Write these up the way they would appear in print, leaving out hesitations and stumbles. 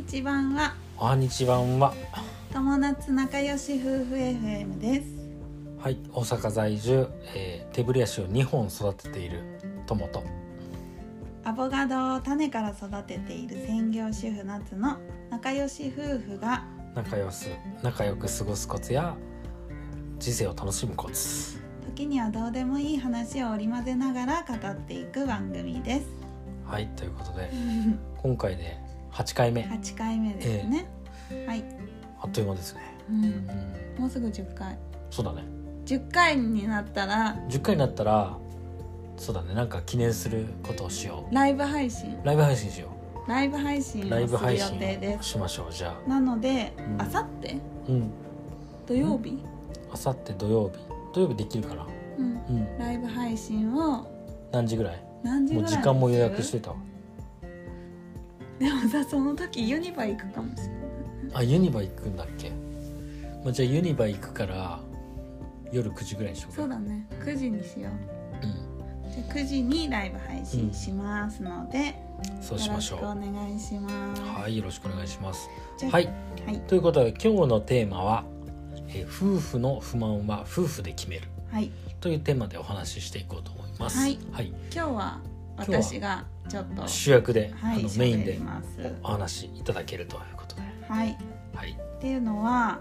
にちはんは。 おはにちはんは。 友達仲良し夫婦 FM です。 はい、大阪在住、手ぶり足を2本育てている友とアボカドを種から育てている専業主婦夏の仲良し夫婦が仲良く過ごすコツや人生を楽しむコツ、 時にはどうでもいい話を織り交ぜながら語っていく番組です。 はい、ということで今回で8回目 8回目ですね、はい、 あっという間ですね、 もうすぐ10回。 そうだね、 10回になったらそうだね、なんか記念することをしよう。 ライブ配信しよう。 ライブ配信をする予定です。 しましょう。じゃあなので、あさって土曜日、 あさって土曜日できるかな、 ライブ配信を何時ぐらいもう時間も予約してたわ。 でもさ、その時ユニバ行くかもしれない。 あ、ユニバ行くんだっけ、じゃあユニバ行くから夜9時ぐらいにしようか。 そうだね、9時にしよう、じゃあ9時にライブ配信しますので、 そうしましょう。 よろしくお願いします。 はい、よろしくお願いします。 はい、 ということで今日のテーマは、夫婦の不満は夫婦で決める、というテーマでお話ししていこうと思います。 今日は私がちょっと主役で、メインでお話しいただけるということで、 っていうのは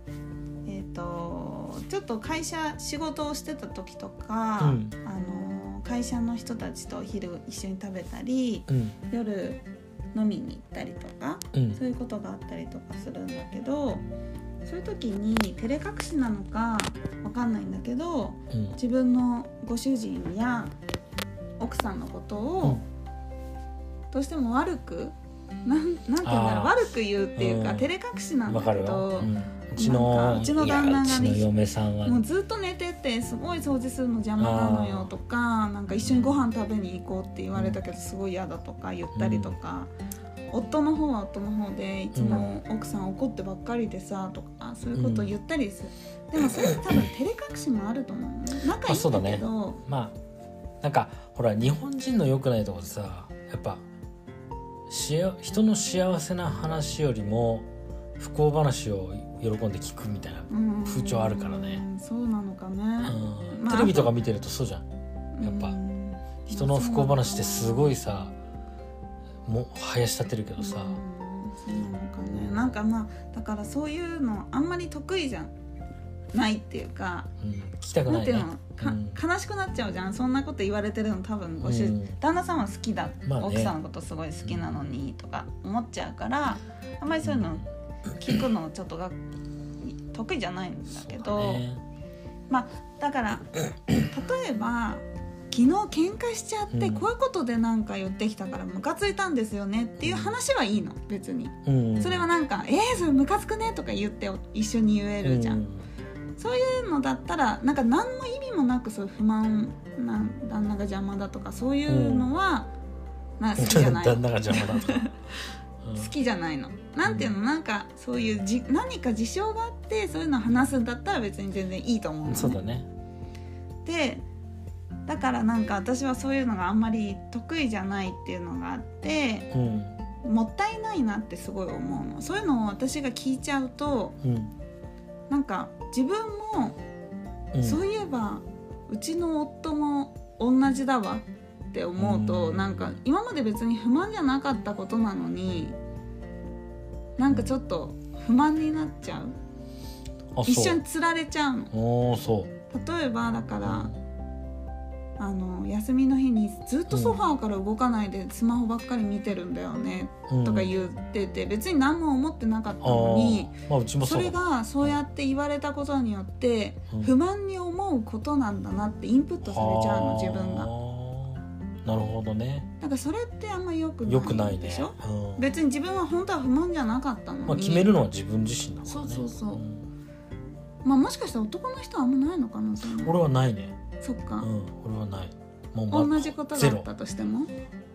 ちょっと仕事をしてた時とか、会社の人たちとお昼一緒に食べたり、夜飲みに行ったりとか、そういうことがあったりとかするんだけど、そういう時に照れ隠しなのかわかんないんだけど、自分のご主人や奥さんのことをどうしても悪くなんて言うんだろう、悪く言うっていうか、照れ隠しなんだけど、うちの旦那がね、 嫁さんはもうずっと寝ててすごい掃除するの邪魔なのよとか、なんか一緒にご飯食べに行こうって言われたけどすごい嫌だとか言ったりとか、夫の方は夫の方でいつも奥さん怒ってばっかりでさとか、そういうことを言ったりする、でもそれって多分照れ隠しもあると思うね。仲いいんだけど、 なんかほら日本人の良くないところでさ、やっぱ人の幸せな話よりも不幸話を喜んで聞くみたいな風潮あるからね。 そうなのかね、 テレビとか見てるとそうじゃん。やっぱ人の不幸話ってすごいさ、もう林立てるけどさ、 そうなのかね。なんかだからそういうのあんまり得意じゃないっていうか、 聞きたくないね。 なんていうの、悲しくなっちゃうじゃん、そんなこと言われてるの。多分旦那さんは好きだ、奥さんのことすごい好きなのにとか思っちゃうから、あんまりそういうの聞くのちょっと得意じゃないんだけど、だから例えば昨日喧嘩しちゃって、こういうことでなんか言ってきたからムカついたんですよねっていう話はいいの、別に、それはなんかそれムカつくねとか言って一緒に言えるじゃん、そういうのだったらなんか何の意味もなく、そういう不満旦那が邪魔だとかそういうのは、好きじゃない旦那が邪魔だとか好きじゃないの。なんていうの、なんかそういう何か事象があってそういうのを話すんだったら別に全然いいと思うのね。 そうだね。 でだからなんか私はそういうのがあんまり得意じゃないっていうのがあって、もったいないなってすごい思うの。そういうのを私が聞いちゃうと、なんか自分も、そういえばうちの夫も同じだわって思うと、なんか今まで別に不満じゃなかったことなのになんかちょっと不満になっちゃう、一緒につられちゃうの。例えばだから休みの日にずっとソファーから動かないでスマホばっかり見てるんだよね、とか言ってて、別に何も思ってなかったのに、それがそうやって言われたことによって不満に思うことなんだなってインプットされちゃうの、自分が。 なるほどね。 だからそれってあんまり良くないでしょ、別に自分は本当は不満じゃなかったのに、 決めるのは自分自身だからね。 そうもしかしたら男の人はあんまないのかな。 俺はないね。 そっか、 俺はない。 同じことがあったとしても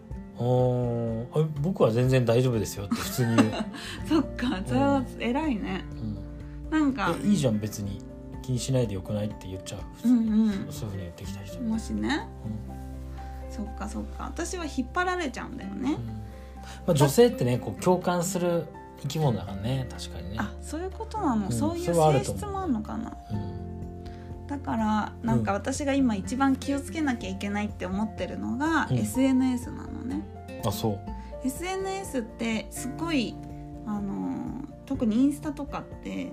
僕は全然大丈夫ですよって普通に言うそっか、それは偉いね、なんかいいじゃん別に気にしないでよくないって言っちゃう、そういうふうに言ってきた人もしね、そっか私は引っ張られちゃうんだよね、 女性ってね、こう共感する生き物だからね。確かにね。 あ、そういうことなの、そういう性質もあるのかな。だからなんか私が今一番気をつけなきゃいけないって思ってるのが、SNS なのね。 あ、そう。 SNS ってすごい特にインスタとかって、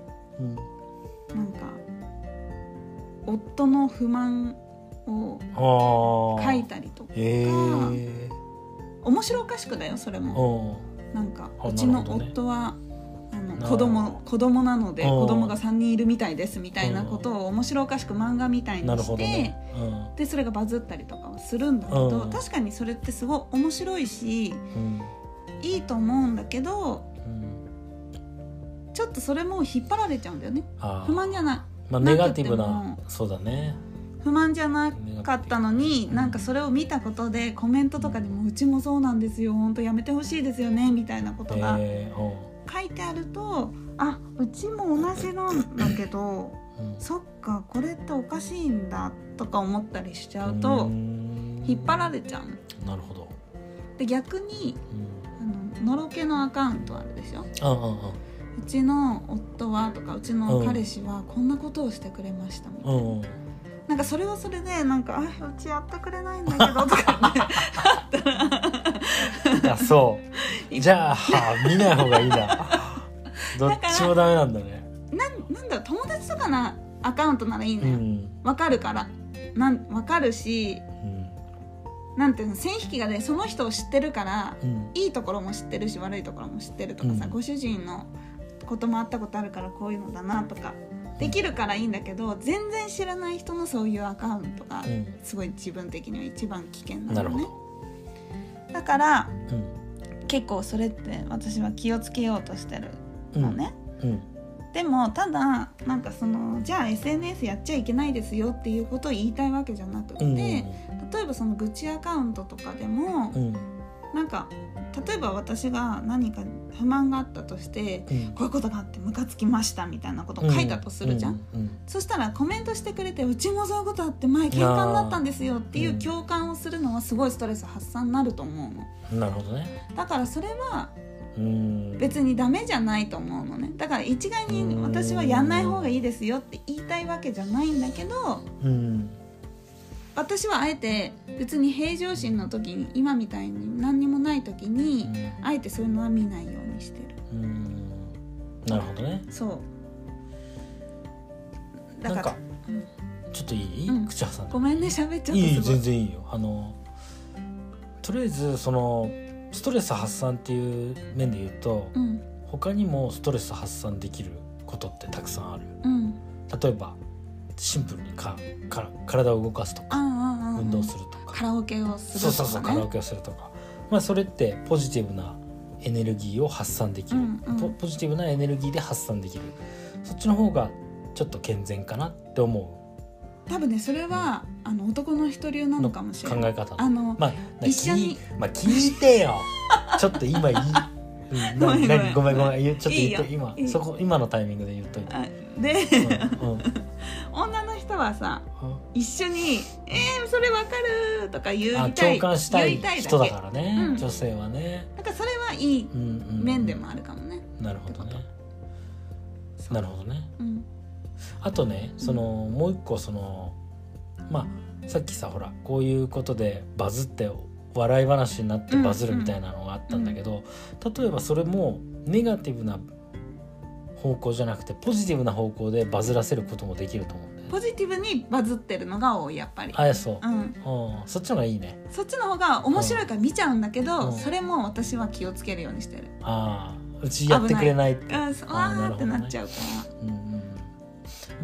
なんか夫の不満を書いたりとか、面白おかしくだよそれも。なんかうちの夫は子供なので子供が3人いるみたいですみたいなことを面白おかしく漫画みたいにして、でそれがバズったりとかはするんだけど、確かにそれってすごい面白いし、いいと思うんだけど、ちょっとそれも引っ張られちゃうんだよね。不満じゃない、 ネガティブな、そうだね、 不満じゃなかったのに、なんかそれを見たことでコメントとかにもうちもそうなんですよ、本当やめてほしいですよねみたいなことが書いてあると、あ、うちも同じなんだけど、そっかこれっておかしいんだとか思ったりしちゃうと引っ張られちゃう。 なるほど。 で逆に、のろけのアカウントあるでしょ。うちの夫はとかうちの彼氏はこんなことをしてくれましたみたいな、なんかそれはそれでなんかうちやってくれないんだけどとかねあ、そうじゃあ見ない方がいいなどっちもダメなんだね。 なんだろう、友達とかのアカウントならいいのよ、わかるからわかるし、なんていうの、線引きがね、その人を知ってるから、いいところも知ってるし悪いところも知ってるとかさ、ご主人のこともあったことあるからこういうのだなとかできるからいいんだけど、全然知らない人のそういうアカウントがすごい自分的には一番危険なのね。だから、結構それって私は気をつけようとしてるのね、でもただなんかじゃあ SNS やっちゃいけないですよっていうことを言いたいわけじゃなくて、例えばその愚痴アカウントとかでも、なんか例えば私が何か不満があったとして、こういうことがあってムカつきましたみたいなことを書いたとするじゃん、そしたらコメントしてくれて、うちもそういうことあって前喧嘩になったんですよっていう共感をするのはすごいストレス発散になると思うの。 なるほどね。 だからそれは別にダメじゃないと思うのね。だから一概に私はやんない方がいいですよって言いたいわけじゃないんだけど、私はあえて別に平常心の時に、今みたいに何にもない時に、あえてそういうのは見ないようにしてる。 なるほどね。 そうだからなんか、ちょっといい、口挟んで。 ごめんね、喋っちゃった。 いい、全然いいよ。とりあえずストレス発散っていう面で言うと、他にもストレス発散できることってたくさんある、例えばシンプルに体を動かすとか、運動するとか、 カラオケをするとか、ね、 そうカラオケをするとか、それってポジティブなエネルギーを発散できる、ポジティブなエネルギーで発散できる、そっちの方がちょっと健全かなって思う。 多分ね、それは男の人流なのかもしれない。 考え方一緒に聞いてよちょっと今いいごめんちょっと言って今のタイミングで言っといて。 で、女の人はさ、一緒にそれわかるとか言いたい、 共感したい人だからね、女性はね。 だからそれはいい面でもあるかもね。 なるほどね。なるほどね。あとね、もう一個さっきさ、ほらこういうことでバズって笑い話になってバズるみたいなのがあったんだけど、例えばそれもネガティブな方向じゃなくてポジティブな方向でバズらせることもできると思うんだよね。 ポジティブにバズってるのが多い、やっぱり。 そう、そっちの方がいいね。 そっちの方が面白いから見ちゃうんだけど、それも私は気をつけるようにしてる。 うちやってくれないって、 わーってなっちゃうから、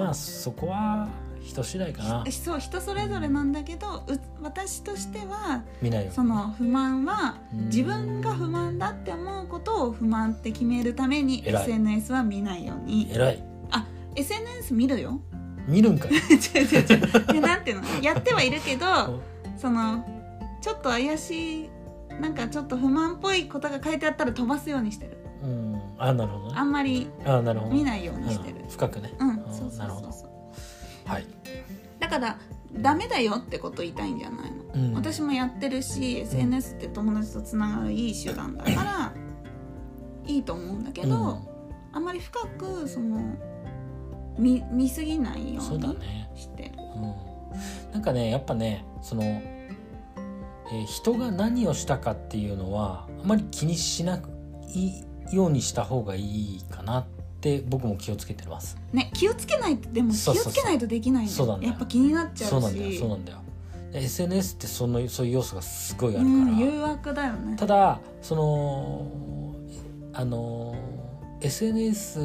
そこは人次第かな。 そう、人それぞれなんだけど、私としては見ないよ、 その不満は自分が不満だって思うことを不満って決めるために SNS は見ないように。 偉い。 SNS 見るよ。 見るんかい違うなんていうの、やってはいるけどちょっと怪しい、なんかちょっと不満っぽいことが書いてあったら飛ばすようにしてる。 なるほどね。 あんまり見ないようにしてる。 深くね。 そうなるほど。はい。 だからダメだよってこと言いたいんじゃないの、私もやってるし、SNS って友達とつながるいい手段だからいいと思うんだけど、あんまり深くその見すぎないようにしてる。 なんかねやっぱねその、人が何をしたかっていうのはあまり気にしないようにした方がいいかなって僕も気をつけてますね。気をつけないとでも気をつけないとできないんだよ。やっぱ気になっちゃうし。 そうなんだよ。SNS ってそういう要素がすごいあるから、 誘惑だよね。 ただそのSNS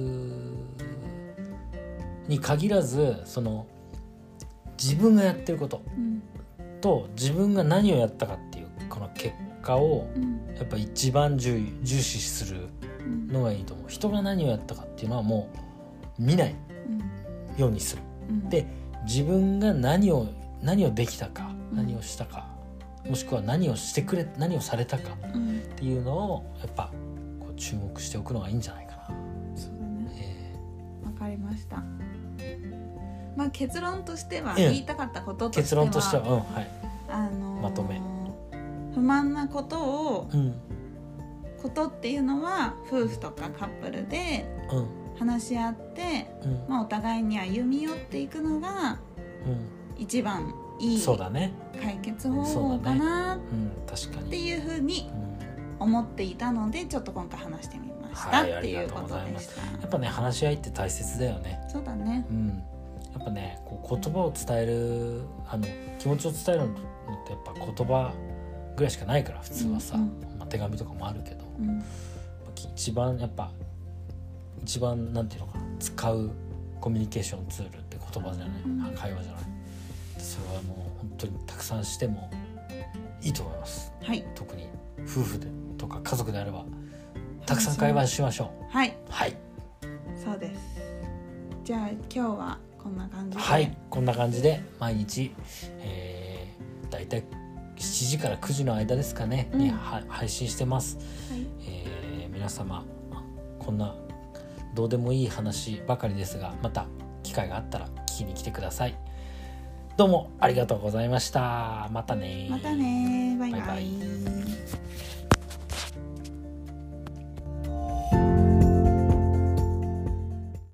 に限らずその自分がやってること、と自分が何をやったかっていうこの結果をやっぱ一番重視するのがいいと思う。人が何をやったかっていうのはもう見ないようにする、で自分が何をできたか、何をしたか、もしくは何をされたかっていうのをやっぱこう注目しておくのがいいんじゃないかな。 そうだね。わかりました。まあ結論としては、言いたかったこととしては、 まとめ、 不満なことを、ことっていうのは夫婦とかカップルで話し合って、まあ、お互いに歩み寄っていくのが一番いい解決方法かなっていうふうに思っていたので、ちょっと今回話してみましたっていうことでした。 やっぱね話し合いって大切だよね。 そうだね。 やっぱねこう言葉を伝える気持ちを伝えるのってやっぱ言葉ぐらいしかないから普通はさ、手紙とかもあるけど、一番なんていうのかな、使うコミュニケーションツールって言葉じゃない、会話じゃない。それはもう本当にたくさんしてもいいと思います、特に夫婦でとか家族であればたくさん会話しましょう。はい、 そうです。じゃあ今日はこんな感じで、 こんな感じで毎日、だいたい7時から9時の間ですかね、に配信してます、皆様こんなどうでもいい話ばかりですが、また機会があったら聞きに来てください。どうもありがとうございました。またね。 バイバイ。